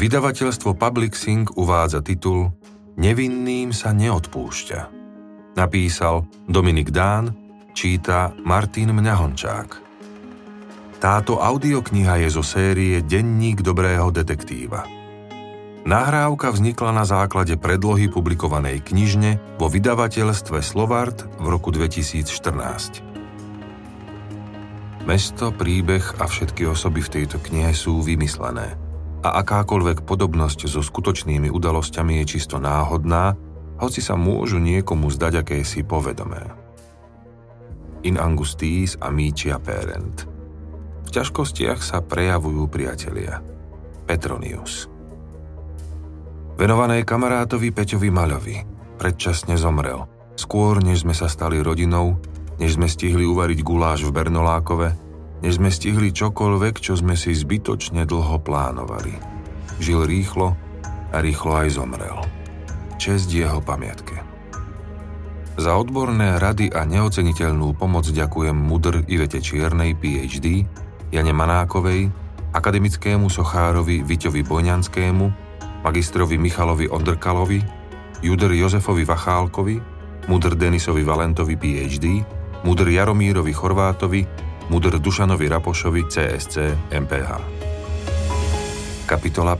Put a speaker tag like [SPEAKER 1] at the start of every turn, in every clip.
[SPEAKER 1] Vydavateľstvo Publishing uvádza titul Nevinným sa neodpúšťa. Napísal Dominik Dán, číta Martin Mňahončák. Táto audiokniha je zo série Denník dobrého detektíva. Nahrávka vznikla na základe predlohy publikovanej knižne vo vydavateľstve Slovart v roku 2014. Mesto, príbeh a všetky osoby v tejto knihe sú vymyslené a akákoľvek podobnosť so skutočnými udalosťami je čisto náhodná, hoci sa môžu niekomu zdať akési povedomé. In angustis amicia perent. V ťažkostiach sa prejavujú priatelia. Petronius. Venované kamarátovi Peťovi Maľovi. Predčasne zomrel. Skôr, než sme sa stali rodinou, než sme stihli uvariť guláš v Bernolákove, než sme stihli čokoľvek, čo sme si zbytočne dlho plánovali. Žil rýchlo a rýchlo aj zomrel. Česť jeho pamiatke. Za odborné rady a neoceniteľnú pomoc ďakujem MUDr. Ivete Čiernej, PhD, Jane Manákovej, akademickému sochárovi Viťovi Bojňanskému, magistrovi Michalovi Ondrkalovi, JUDr. Jozefovi Vachálkovi, MUDr. Denisovi Valentovi, PhD, MUDr. Jaromírovi Chorvátovi, MUDr. Dušanovi Rapošovi, CSC, MPH. Kapitola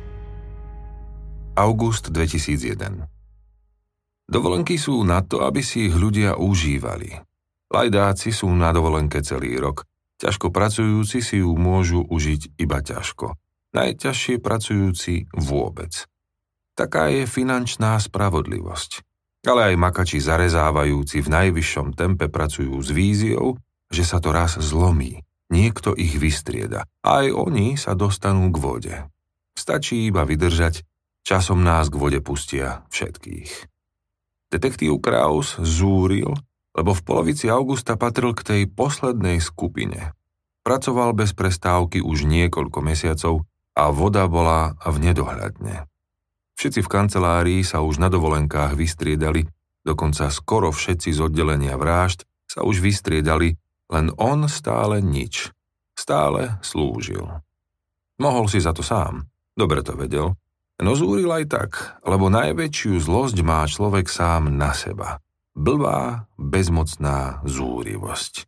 [SPEAKER 1] 1. August 2001. Dovolenky sú na to, aby si ich ľudia užívali. Lajdáci sú na dovolenke celý rok. Ťažko pracujúci si ju môžu užiť iba ťažko. Najťažšie pracujúci vôbec. Taká je finančná spravodlivosť. Ale aj makači zarezávajúci v najvyššom tempe pracujú s víziou, že sa to raz zlomí. Niekto ich vystrieda. A aj oni sa dostanú k vode. Stačí iba vydržať, časom nás k vode pustia všetkých. Detektív Kraus zúril, lebo v polovici augusta patril k tej poslednej skupine. Pracoval bez prestávky už niekoľko mesiacov a voda bola v nedohľadne. Všetci v kancelárii sa už na dovolenkách vystriedali, dokonca skoro všetci z oddelenia vražd sa už vystriedali, len on stále nič. Stále slúžil. Mohol si za to sám, dobre to vedel, no zúril aj tak, lebo najväčšiu zlosť má človek sám na seba. Blbá, bezmocná zúrivosť.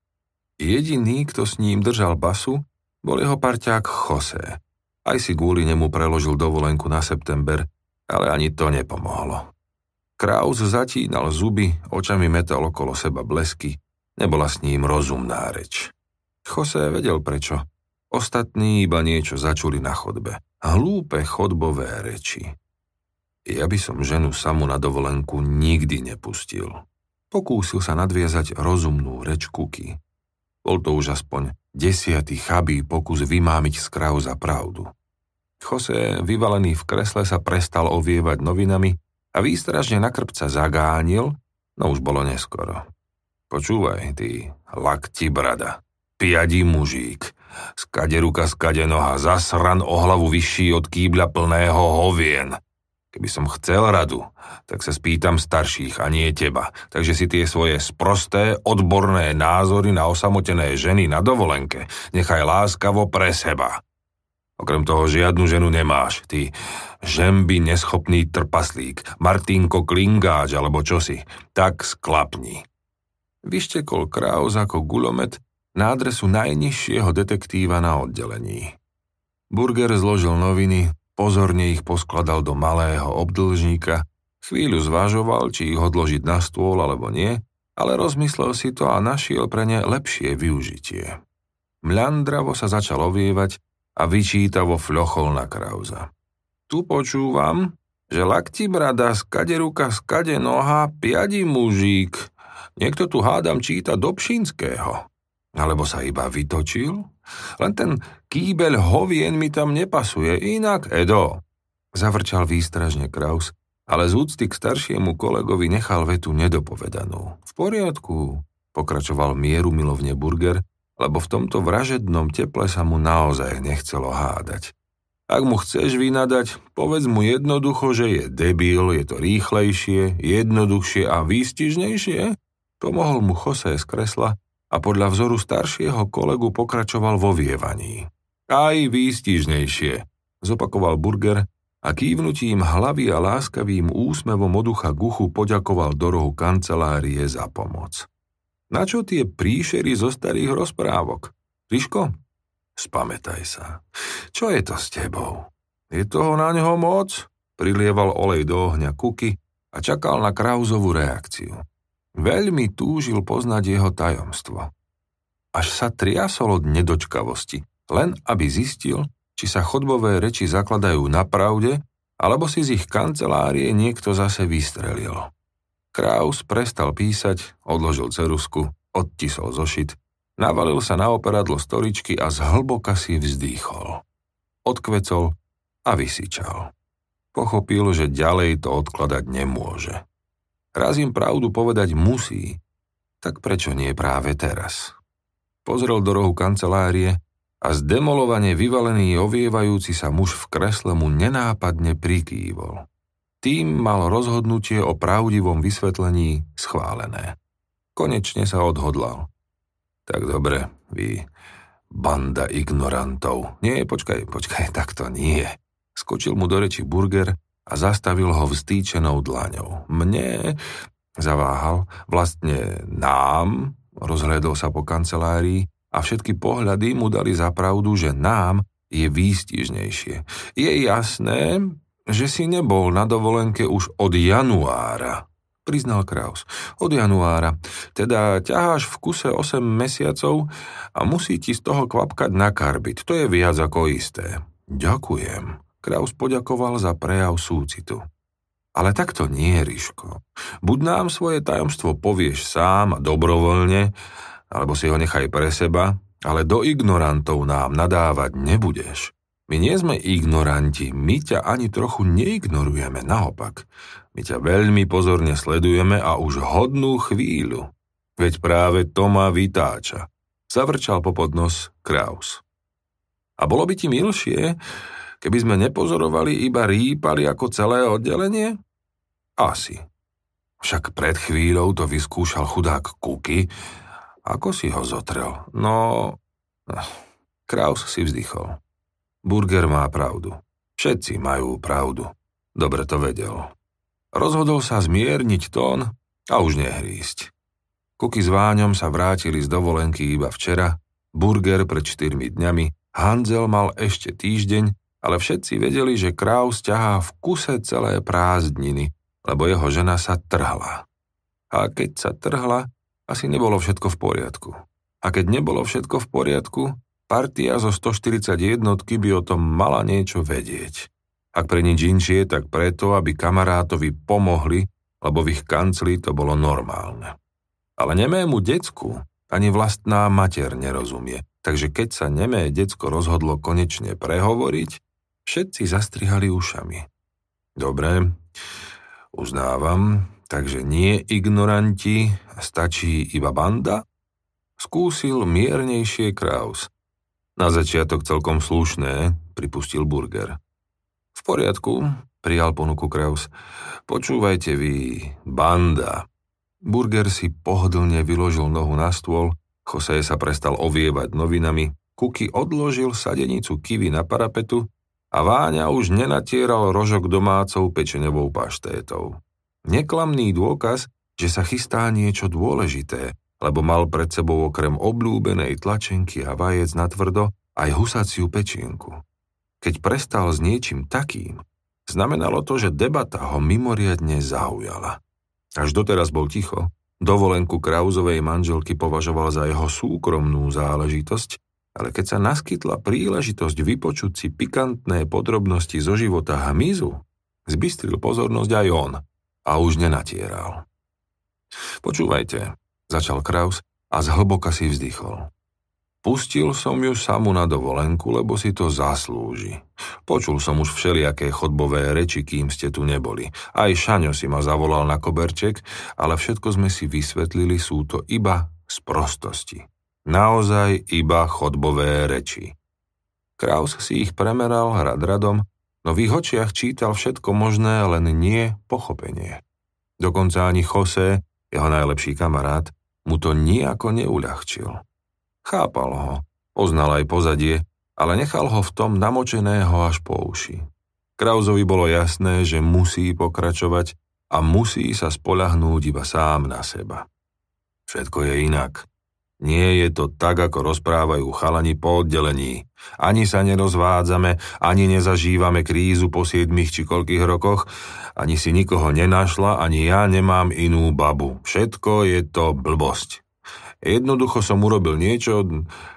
[SPEAKER 1] Jediný, kto s ním držal basu, bol jeho parťák José. Aj si kvôli nemu preložil dovolenku na september, ale ani to nepomohlo. Kraus zatínal zuby, očami metal okolo seba blesky. Nebola s ním rozumná reč. José vedel prečo. Ostatní iba niečo začuli na chodbe. Hlúpe chodbové reči. Ja by som ženu samu na dovolenku nikdy nepustil. Pokúsil sa nadviazať rozumnú reč Kuky. Bol to už aspoň 10. chabý pokus vymámiť z Krausa pravdu. José, vyvalený v kresle, sa prestal ovievať novinami a výstražne na krpca zagánil, no už bolo neskoro. Počúvaj, ty lakti brada, piadí mužík, skade ruka, skade noha, zasran o hlavu vyšší od kýbľa plného hovien. Keby som chcel radu, tak sa spýtam starších a nie teba, takže si tie svoje sprosté, odborné názory na osamotené ženy na dovolenke nechaj láskavo pre seba. Okrem toho žiadnu ženu nemáš, ty žemby neschopný trpaslík, Martinko Klingáč alebo čosi, tak sklapni. Vyštekol Kraus ako guľomet na adresu najnižšieho detektíva na oddelení. Burger zložil noviny, pozorne ich poskladal do malého obdĺžníka, chvíľu zvažoval, či ich odložiť na stôl alebo nie, ale rozmyslel si to a našiel pre ne lepšie využitie. Mľandravo sa začal ovievať a vyčítavo fľochol na Krausa. Tu počúvam, že lakti brada, skade ruka, skade noha, piadi mužík. Niekto tu hádam číta do Pšinského. Alebo sa iba vytočil? Len ten kýbeľ hovien mi tam nepasuje, inak Edo. Zavrčal výstražne Kraus, ale z úcty k staršiemu kolegovi nechal vetu nedopovedanú. V poriadku, pokračoval mierumilovne Burger, lebo v tomto vražednom teple sa mu naozaj nechcelo hádať. Ak mu chceš vynadať, povedz mu jednoducho, že je debil, je to rýchlejšie, jednoduchšie a výstižnejšie. Pomohol mu José z kresla a podľa vzoru staršieho kolegu pokračoval vo vievaní. Aj výstižnejšie, zopakoval Burger a kývnutím hlavy a láskavým úsmevom od ucha k uchu poďakoval do rohu kancelárie za pomoc. Na čo tie príšery zo starých rozprávok? Ríško, spamätaj sa. Čo je to s tebou? Je toho na ňoho moc? Prilieval olej do ohňa Kuky a čakal na Krausovú reakciu. Veľmi túžil poznať jeho tajomstvo. Až sa triasol od nedočkavosti, len aby zistil, či sa chodbové reči zakladajú na pravde, alebo si z ich kancelárie niekto zase vystrelil. Kraus prestal písať, odložil ceruzku, odtisol zošit, navalil sa na operadlo stoličky a zhlboka si vzdýchol. Odkvecol a vysyčal. Pochopil, že ďalej to odkladať nemôže. Raz im pravdu povedať musí, tak prečo nie práve teraz? Pozrel do rohu kancelárie a zdemolovane vyvalený ovievajúci sa muž v kresle mu nenápadne prikývol. Tým mal rozhodnutie o pravdivom vysvetlení schválené. Konečne sa odhodlal. Tak dobre, vy banda ignorantov. Nie, počkaj, tak to nie. Skočil mu do reči Burger a zastavil ho vstýčenou dlaňou. Mne, zaváhal, vlastne nám, rozhľadol sa po kancelárii a všetky pohľady mu dali za pravdu, že nám je výstižnejšie. Je jasné, že si nebol na dovolenke už od januára, priznal Kraus. Od januára. Teda ťaháš v kuse 8 mesiacov a musí ti z toho kvapkať na karbit. To je viac ako isté. Ďakujem. Kraus poďakoval za prejav súcitu. Ale takto nie, Ríško. Buď nám svoje tajomstvo povieš sám a dobrovoľne, alebo si ho nechaj pre seba, ale do ignorantov nám nadávať nebudeš. My nie sme ignoranti, my ťa ani trochu neignorujeme, naopak. My ťa veľmi pozorne sledujeme a už hodnú chvíľu. Veď práve to ma vytáča. Zavrčal popod nos Kraus. A bolo by ti milšie, keby sme nepozorovali, iba rýpali ako celé oddelenie? Asi. Však pred chvíľou to vyskúšal chudák Kuky. Ako si ho zotrel? No... Kraus si vzdychol. Burger má pravdu. Všetci majú pravdu. Dobre to vedel. Rozhodol sa zmierniť tón a už nehrísť. Kuky s Váňom sa vrátili z dovolenky iba včera, Burger pred 4 dňami, Hanzel mal ešte týždeň, ale všetci vedeli, že Kraus ťahá v kuse celé prázdniny, lebo jeho žena sa trhla. A keď sa trhla, asi nebolo všetko v poriadku. A keď nebolo všetko v poriadku, partia zo 141 by o tom mala niečo vedieť. Ak pre nič inšie, tak preto, aby kamarátovi pomohli, lebo v ich kancli to bolo normálne. Ale nemému decku ani vlastná mater nerozumie, takže keď sa nemé decko rozhodlo konečne prehovoriť, všetci zastrihali ušami. Dobre, uznávam, takže nie ignoranti, stačí iba banda? Skúsil miernejšie Kraus. Na začiatok celkom slušné, pripustil Burger. V poriadku, prijal ponuku Kraus. Počúvajte vy, banda. Burger si pohodlne vyložil nohu na stôl, Jose sa prestal ovievať novinami, Kuky odložil sadenicu kivy na parapetu a Váňa už nenatieral rožok domácou pečeňovou paštétou. Neklamný dôkaz, že sa chystá niečo dôležité, lebo mal pred sebou okrem obľúbenej tlačenky a vajec natvrdo aj husaciu pečienku. Keď prestal s niečím takým, znamenalo to, že debata ho mimoriadne zaujala. Až doteraz bol ticho, dovolenku Krausovej manželky považoval za jeho súkromnú záležitosť, ale keď sa naskytla príležitosť vypočuť si pikantné podrobnosti zo života hmyzu, zbystril pozornosť aj on a už nenatieral. Počúvajte, začal Kraus a zhlboka si vzdychol. Pustil som ju samu na dovolenku, lebo si to zaslúži. Počul som už všelijaké chodbové reči, kým ste tu neboli. Aj Šaňo si ma zavolal na koberček, ale všetko sme si vysvetlili, sú to iba sprostosti. Naozaj iba chodbové reči. Kraus si ich premeral rad radom, no v ich očiach čítal všetko možné, len nie pochopenie. Dokonca ani Jose, jeho najlepší kamarát, mu to nijako neuľahčil. Chápal ho, poznal aj pozadie, ale nechal ho v tom namočeného až po uši. Krausovi bolo jasné, že musí pokračovať a musí sa spoľahnúť iba sám na seba. Všetko je inak. Nie je to tak, ako rozprávajú chalani po oddelení. Ani sa nerozvádzame, ani nezažívame krízu po 7 či koľkých rokoch, ani si nikoho nenašla, ani ja nemám inú babu. Všetko je to blbosť. Jednoducho som urobil niečo,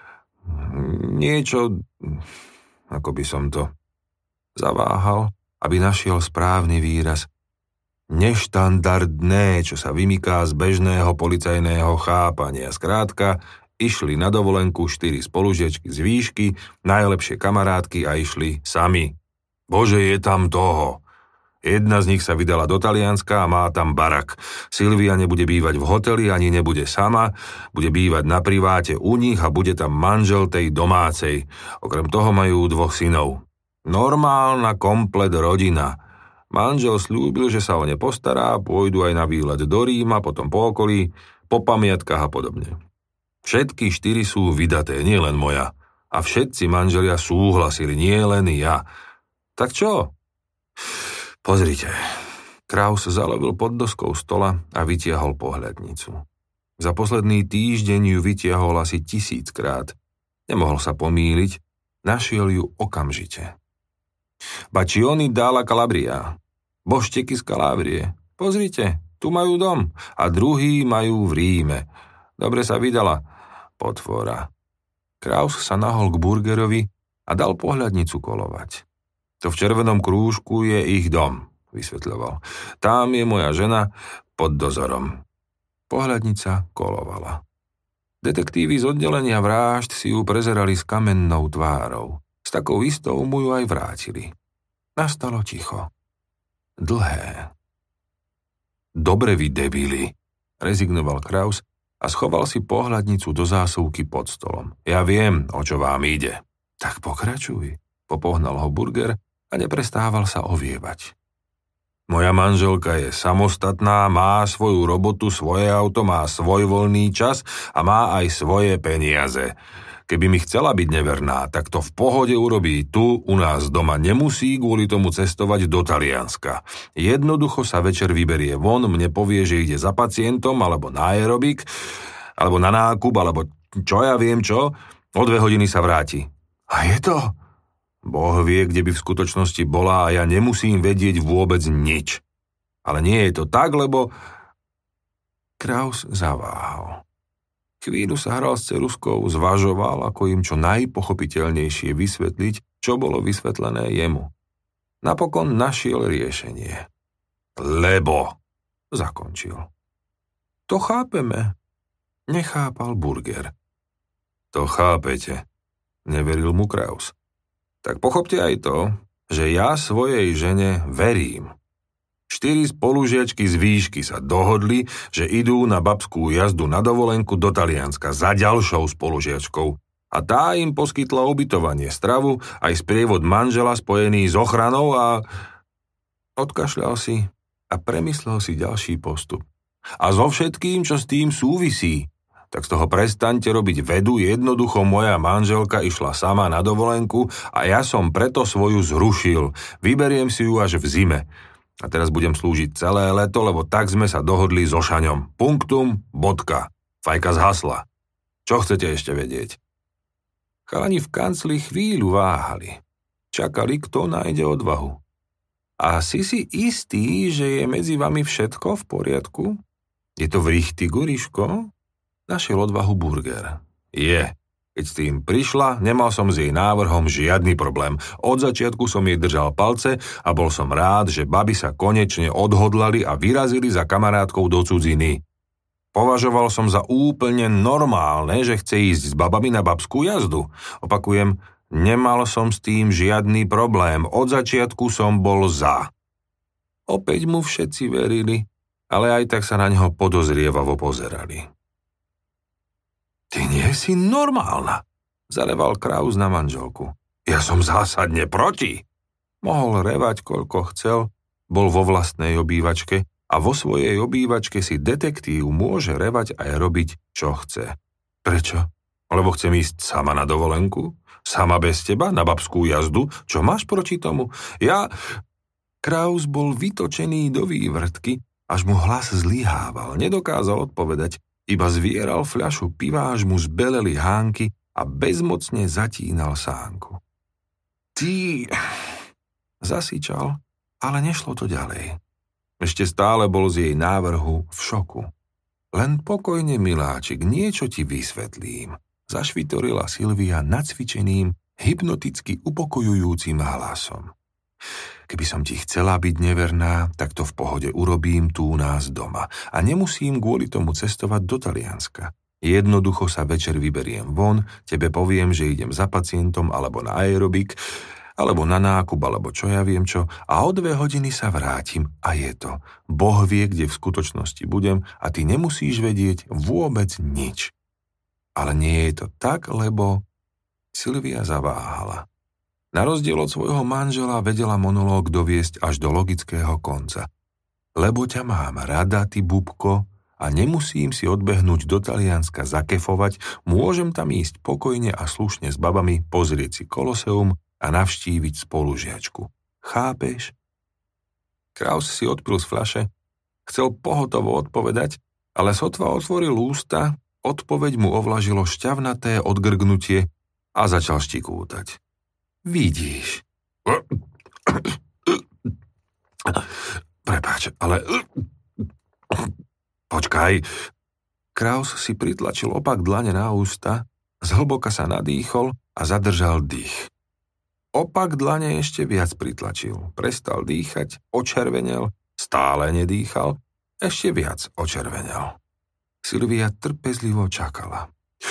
[SPEAKER 1] ako by som to zaváhal, aby našiel správny výraz. Neštandardné, čo sa vymyká z bežného policajného chápania. Skrátka, išli na dovolenku 4 spolužiačky z výšky, najlepšie kamarátky a išli sami. Bože, je tam toho. Jedna z nich sa vydala do Talianska a má tam barak. Silvia nebude bývať v hoteli, ani nebude sama, bude bývať na priváte u nich a bude tam manžel tej domácej. Okrem toho majú 2 synov. Normálna komplet rodina. Manžel sľúbil, že sa o ne postará, pôjdu aj na výlet do Ríma, potom po okolí, po pamiatkách a podobne. Všetky 4 sú vydaté, nie len moja. A všetci manželia súhlasili, nie len ja. Tak čo? Pozrite. Kraus zalovil pod doskou stola a vytiahol pohľadnicu. Za posledný týždeň ju vytiahol asi 1000-krát. Nemohol sa pomýliť, našiel ju okamžite. Bacioni dalla Calabria. Bošteky z Kalábrie. Pozrite, tu majú dom a druhý majú v Ríme. Dobre sa vydala, potvora. Kraus sa nahol k Burgerovi a dal pohľadnicu kolovať. To v červenom krúžku je ich dom, vysvetľoval. Tam je moja žena pod dozorom. Pohľadnica kolovala. Detektívy z oddelenia vrážd si ju prezerali s kamennou tvárou. S takou istou mu ju aj vrátili. Nastalo ticho. Dlhé. Dobre vy debili, rezignoval Kraus a schoval si pohľadnicu do zásuvky pod stolom. Ja viem, o čo vám ide. Tak pokračuj, popohnal ho Burger a neprestával sa ovievať. Moja manželka je samostatná, má svoju robotu, svoje auto, má svoj voľný čas a má aj svoje peniaze. Keby mi chcela byť neverná, tak to v pohode urobí tu, u nás doma. Nemusí kvôli tomu cestovať do Talianska. Jednoducho sa večer vyberie von, mne povie, že ide za pacientom, alebo na aerobik, alebo na nákup, alebo čo ja viem čo. O 2 hodiny sa vráti. A je to? Boh vie, kde by v skutočnosti bola a ja nemusím vedieť vôbec nič. Ale nie je to tak, lebo... Kraus zaváhal. Chvíľu sa hral s ceruzkou, zvažoval, ako im čo najpochopiteľnejšie vysvetliť, čo bolo vysvetlené jemu. Napokon našiel riešenie. Lebo, zakončil. To chápeme. Nechápal Burger. To chápete, neveril mu Kraus. Tak pochopte aj to, že ja svojej žene verím. 4 spolužiačky z výšky sa dohodli, že idú na babskú jazdu na dovolenku do Talianska za ďalšou spolužiačkou a tá im poskytla ubytovanie, stravu, aj sprievod manžela spojený s ochranou a... Odkašľal si a premyslel si ďalší postup. A so všetkým, čo s tým súvisí. Tak z toho prestaňte robiť vedu, jednoducho moja manželka išla sama na dovolenku a ja som preto svoju zrušil. Vyberiem si ju až v zime. A teraz budem slúžiť celé leto, lebo tak sme sa dohodli so Šaňom. Punktum, bodka. Fajka zhasla. Čo chcete ešte vedieť? Chalani v kancli chvíľu váhali. Čakali, kto nájde odvahu. A si istý, že je medzi vami všetko v poriadku? Je to v richtigu, Ríško? Našiel odvahu Burger. Je. Keď s tým prišla, nemal som s jej návrhom žiadny problém. Od začiatku som jej držal palce a bol som rád, že baby sa konečne odhodlali a vyrazili za kamarátkou do cudziny. Považoval som za úplne normálne, že chce ísť s babami na babskú jazdu. Opakujem, nemal som s tým žiadny problém. Od začiatku som bol za. Opäť mu všetci verili, ale aj tak sa na neho podozrievavo pozerali. Ty nie si normálna, zareval Kraus na manželku. Ja som zásadne proti. Mohol revať, koľko chcel, bol vo vlastnej obývačke a vo svojej obývačke si detektív môže revať aj robiť, čo chce. Prečo? Lebo chcem ísť sama na dovolenku? Sama bez teba? Na babskú jazdu? Čo máš proti tomu? Kraus bol vytočený do vývrtky, až mu hlas zlyhával. Nedokázal odpovedať, iba zvieral fľašu piva, až mu zbeleli hánky a bezmocne zatínal sánku. Ty... Zasíčal, ale nešlo to ďalej. Ešte stále bol z jej návrhu v šoku. Len pokojne, miláčik, niečo ti vysvetlím, zašvitorila Silvia nacvičeným, hypnoticky upokojujúcim hlasom. Keby som ti chcela byť neverná, tak to v pohode urobím tu u nás doma a nemusím kvôli tomu cestovať do Talianska. Jednoducho sa večer vyberiem von, tebe poviem, že idem za pacientom alebo na aerobik, alebo na nákup, alebo čo ja viem čo, a o 2 hodiny sa vrátim a je to. Boh vie, kde v skutočnosti budem a ty nemusíš vedieť vôbec nič. Ale nie je to tak, lebo... Silvia zaváhala. Na rozdiel od svojho manžela vedela monológ doviesť až do logického konca. Lebo ťa mám rada, ty bubko, a nemusím si odbehnúť do Talianska zakefovať, môžem tam ísť pokojne a slušne s babami, pozrieť si Koloseum a navštíviť spolužiačku. Chápeš? Kraus si odpil z fľaše, chcel pohotovo odpovedať, ale sotva otvoril ústa, odpoveď mu ovlažilo šťavnaté odgrgnutie a začal štikútať. Vidíš. Prepáč, ale... Počkaj. Kraus si pritlačil opak dlane na ústa, zhlboka sa nadýchol a zadržal dých. Opak dlane ešte viac pritlačil. Prestal dýchať, očervenel, stále nedýchal, ešte viac očervenel. Silvia trpezlivo čakala.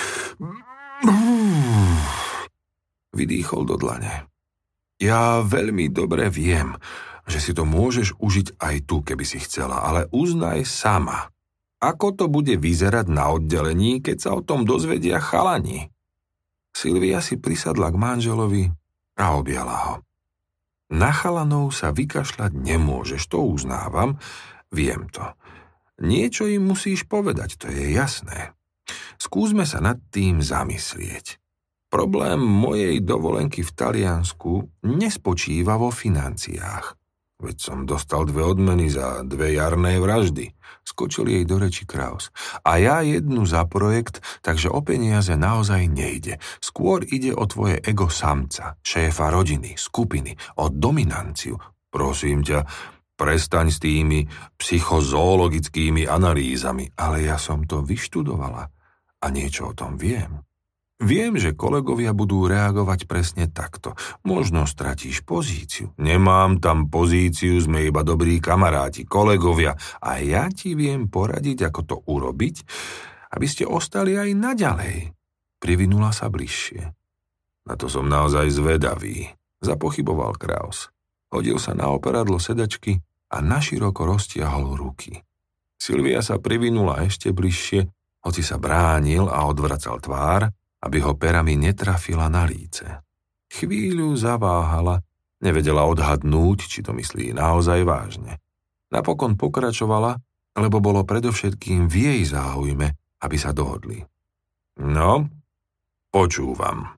[SPEAKER 1] Vydýchol do dlane. Ja veľmi dobre viem, že si to môžeš užiť aj tu, keby si chcela, ale uznaj sama. Ako to bude vyzerať na oddelení, keď sa o tom dozvedia chalani? Silvia si prisadla k manželovi a objala ho. Na chalanov sa vykašľať nemôžeš, to uznávam, viem to. Niečo im musíš povedať, to je jasné. Skúsme sa nad tým zamyslieť. Problém mojej dovolenky v Taliansku nespočíva vo financiách. Veď som dostal 2 odmeny za 2 jarné vraždy. Skočil jej do reči Kraus. A ja 1 za projekt, takže o peniaze naozaj nejde. Skôr ide o tvoje ego samca, šéfa rodiny, skupiny, o dominanciu. Prosím ťa, prestaň s tými psychozoologickými analýzami. Ale ja som to vyštudovala a niečo o tom viem. Viem, že kolegovia budú reagovať presne takto. Možno stratíš pozíciu. Nemám tam pozíciu, sme iba dobrí kamaráti, kolegovia. A ja ti viem poradiť, ako to urobiť, aby ste ostali aj naďalej. Privinula sa bližšie. Na to som naozaj zvedavý, zapochyboval Kraus. Hodil sa na operadlo sedačky a naširoko roztiahol ruky. Silvia sa privinula ešte bližšie, hoci sa bránil a odvracal tvár, aby ho perami netrafila na líce. Chvíľu zaváhala, nevedela odhadnúť, či to myslí naozaj vážne. Napokon pokračovala, lebo bolo predovšetkým v jej záujme, aby sa dohodli. No, počúvam.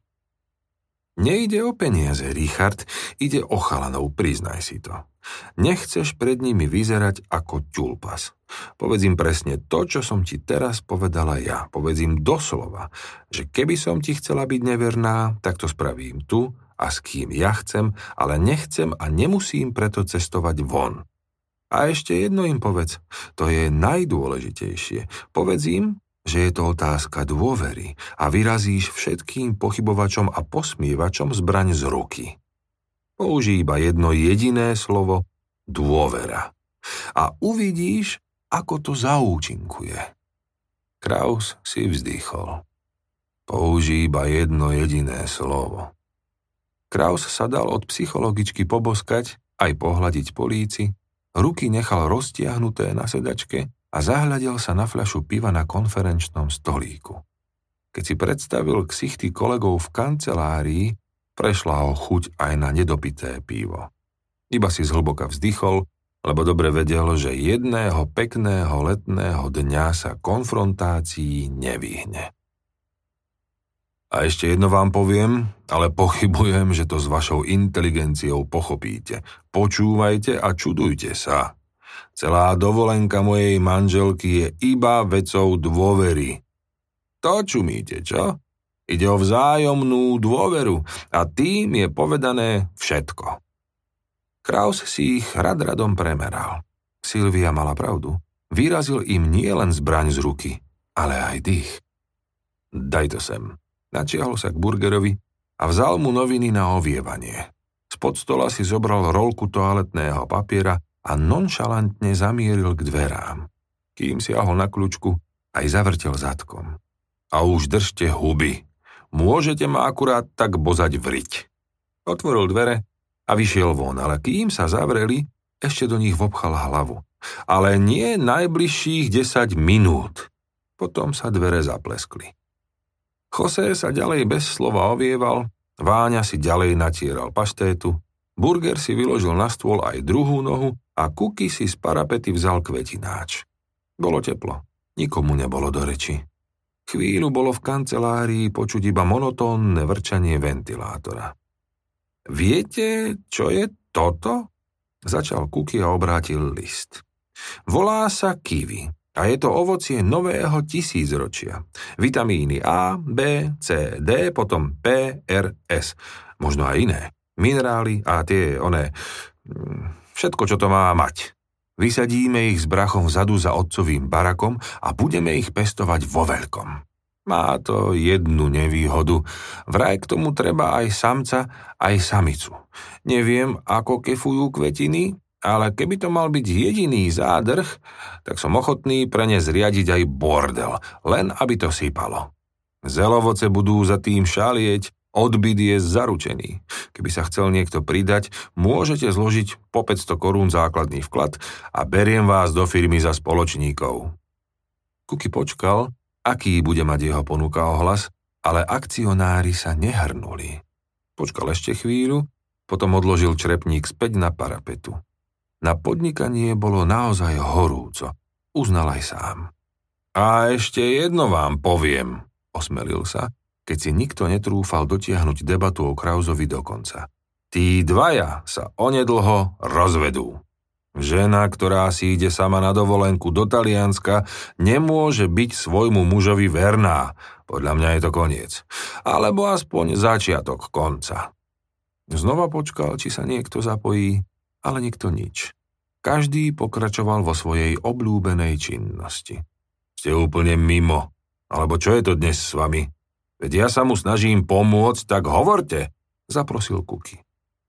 [SPEAKER 1] Nejde o peniaze, Richard, ide o chalanov, priznaj si to. Nechceš pred nimi vyzerať ako ťulpas. Povedz im presne to, čo som ti teraz povedala ja. Povedz im doslova, že keby som ti chcela byť neverná, tak to spravím tu a s kým ja chcem, ale nechcem a nemusím preto cestovať von. A ešte jedno im povedz, to je najdôležitejšie. Povedz im, že je to otázka dôvery a vyrazíš všetkým pochybovačom a posmievačom zbraň z ruky. Použij iba jedno jediné slovo dôvera. A uvidíš, ako to zaúčinkuje. Kraus si vzdýchol. Použij iba jedno jediné slovo. Kraus sa dal od psychologičky poboskať, aj pohľadiť po líci, ruky nechal roztiahnuté na sedačke a zahľadil sa na fľašu piva na konferenčnom stolíku. Keď si predstavil ksichty kolegov v kancelárii, prešla ho chuť aj na nedopité pivo. Iba si zhlboka vzdychol, lebo dobre vedel, že jedného pekného letného dňa sa konfrontácii nevyhne. A ešte jedno vám poviem, ale pochybujem, že to s vašou inteligenciou pochopíte. Počúvajte a čudujte sa. Celá dovolenka mojej manželky je iba vecou dôvery. To čumíte, čo? Ide o vzájomnú dôveru a tým je povedané všetko. Kraus si ich radom premeral. Silvia mala pravdu. Vyrazil im nielen zbraň z ruky, ale aj dých. Daj to sem. Načiahol sa k Burgerovi a vzal mu noviny na ovievanie. Spod stola si zobral rolku toaletného papiera a nonšalantne zamieril k dverám. Kým siahol na kľúčku, aj zavrtel zadkom. A už držte huby. Môžete ma akurát tak bozať vriť. Otvoril dvere a vyšiel von, ale kým sa zavreli, ešte do nich vopchal hlavu. Ale nie najbližších 10 minút. Potom sa dvere zapleskli. José sa ďalej bez slova ovieval, Váňa si ďalej natieral paštétu, Burger si vyložil na stôl aj druhú nohu a Kuky si z parapety vzal kvetináč. Bolo teplo, nikomu nebolo do reči. Chvíľu bolo v kancelárii počuť iba monotónne vrčanie ventilátora. Viete, čo je toto? Začal Kuky a obrátil list. Volá sa kiwi. A je to ovocie nového tisícročia. Vitamíny A, B, C, D, potom P, R, S. Možno aj iné. Minerály a všetko, čo to má mať. Vysadíme ich s brachom vzadu za otcovým barakom a budeme ich pestovať vo veľkom. Má to jednu nevýhodu. Vraj k tomu treba aj samca, aj samicu. Neviem, ako kefujú kvetiny, ale keby to mal byť jediný zádrh, tak som ochotný pre ne zriadiť aj bordel, len aby to sypalo. Zelovoce budú za tým šalieť, odbyt je zaručený. Keby sa chcel niekto pridať, môžete zložiť po 500 korún základný vklad a beriem vás do firmy za spoločníkov. Kuky počkal, aký bude mať jeho ponuka ohlas, ale akcionári sa nehrnuli. Počkal ešte chvíľu, potom odložil črepník späť na parapetu. Na podnikanie bolo naozaj horúco, uznal aj sám. A ešte jedno vám poviem, osmelil sa, keď si nikto netrúfal dotiahnuť debatu o Krausovi do konca. Tí dvaja sa onedlho rozvedú. Žena, ktorá si ide sama na dovolenku do Talianska, nemôže byť svojmu mužovi verná. Podľa mňa je to koniec. Alebo aspoň začiatok konca. Znova počkal, či sa niekto zapojí, ale nikto nič. Každý pokračoval vo svojej obľúbenej činnosti. Ste úplne mimo. Alebo čo je to dnes s vami? Veď ja sa mu snažím pomôcť, tak hovorte, zaprosil Kuky.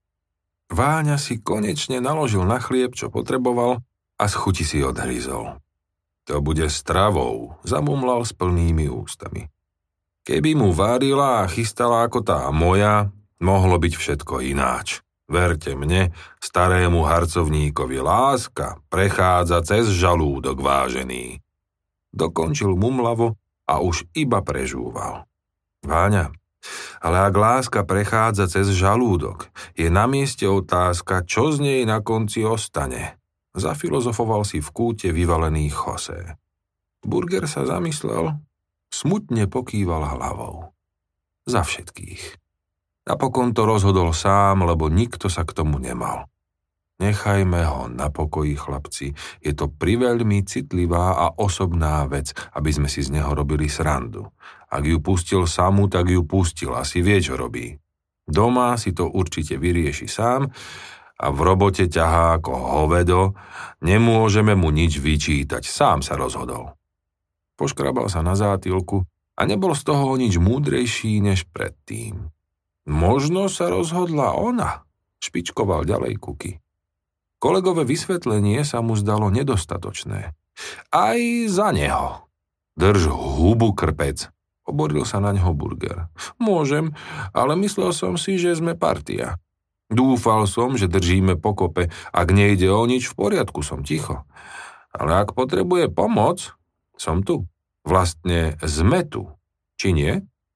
[SPEAKER 1] Váňa si konečne naložil na chlieb, čo potreboval a z chuti si odhryzol. To bude stravou, zamumlal s plnými ústami. Keby mu varila a chystala ako tá moja, mohlo byť všetko ináč. Verte mne, starému harcovníkovi láska prechádza cez žalúdok vážený. Dokončil mumlavo a už iba prežúval. Váňa, ale ak láska prechádza cez žalúdok, je na mieste otázka, čo z nej na konci ostane. Zafilozofoval si v kúte vyvalený José. Burger sa zamyslel, smutne pokýval hlavou. Za všetkých. Napokon to rozhodol sám, lebo nikto sa k tomu nemal. Nechajme ho na pokoji, chlapci. Je to priveľmi citlivá a osobná vec, aby sme si z neho robili srandu. Ak ju pustil samu, tak ju pustil. Asi vie, čo robí. Doma si to určite vyrieši sám a v robote ťahá ako hovedo. Nemôžeme mu nič vyčítať. Sám sa rozhodol. Poškrabal sa na zátylku a nebol z toho nič múdrejší než predtým. Možno sa rozhodla ona, špičkoval ďalej Kuky. Kolegové vysvetlenie sa mu zdalo nedostatočné. Aj za neho. Drž hubu, krpec, oboril sa na ňo Burger. Môžem, ale myslel som si, že sme partia. Dúfal som, že držíme pokope. Ak nejde o nič, v poriadku, som ticho. Ale ak potrebuje pomoc, som tu. Vlastne sme tu. Či nie?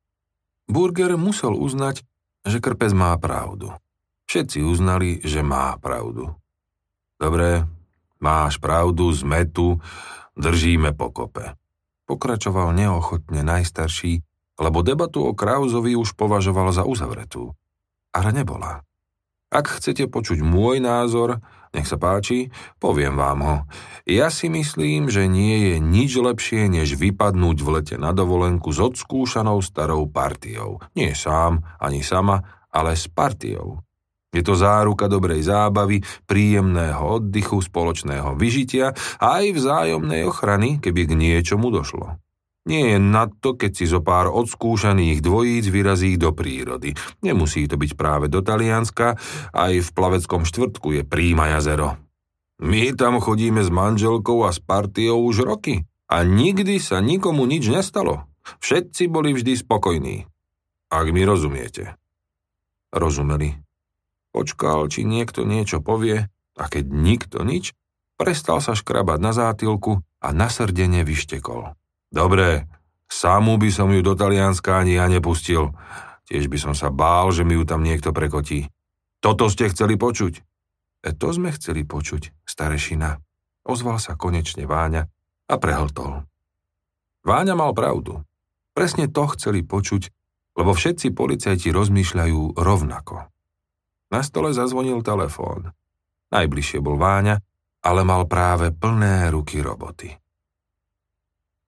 [SPEAKER 1] Burger musel uznať, že krpec má pravdu. Všetci uznali, že má pravdu. Dobre, máš pravdu, sme tu, držíme pokope. Pokračoval neochotne najstarší lebo debatu o Krausovi už považoval za uzavretú. Ale nebola. Ak chcete počuť môj názor, nech sa páči, poviem vám ho. Ja si myslím, že nie je nič lepšie, než vypadnúť v lete na dovolenku s odskúšanou starou partiou. Nie sám, ani sama, ale s partiou. Je to záruka dobrej zábavy, príjemného oddychu, spoločného vyžitia a aj vzájomnej ochrany, keby k niečomu došlo. Nie je na to, keď si zo pár odskúšaných dvojíc vyrazí do prírody. Nemusí to byť práve do Talianska, aj v plaveckom štvrtku je Príma jazero. My tam chodíme s manželkou a s partiou už roky a nikdy sa nikomu nič nestalo. Všetci boli vždy spokojní. Ak mi rozumiete. Rozumeli. Počkal, či niekto niečo povie, a keď nikto nič, prestal sa škrabať na zátilku a nasrdene vyštekol. Dobre, samú by som ju do Talianska ani ja nepustil. Tiež by som sa bál, že mi ju tam niekto prekotí. Toto ste chceli počuť? To sme chceli počuť, starešina. Ozval sa konečne Váňa a prehltol. Váňa mal pravdu. Presne to chceli počuť, lebo všetci policajti rozmýšľajú rovnako. Na stole zazvonil telefón. Najbližšie bol Váňa, ale mal práve plné ruky roboty.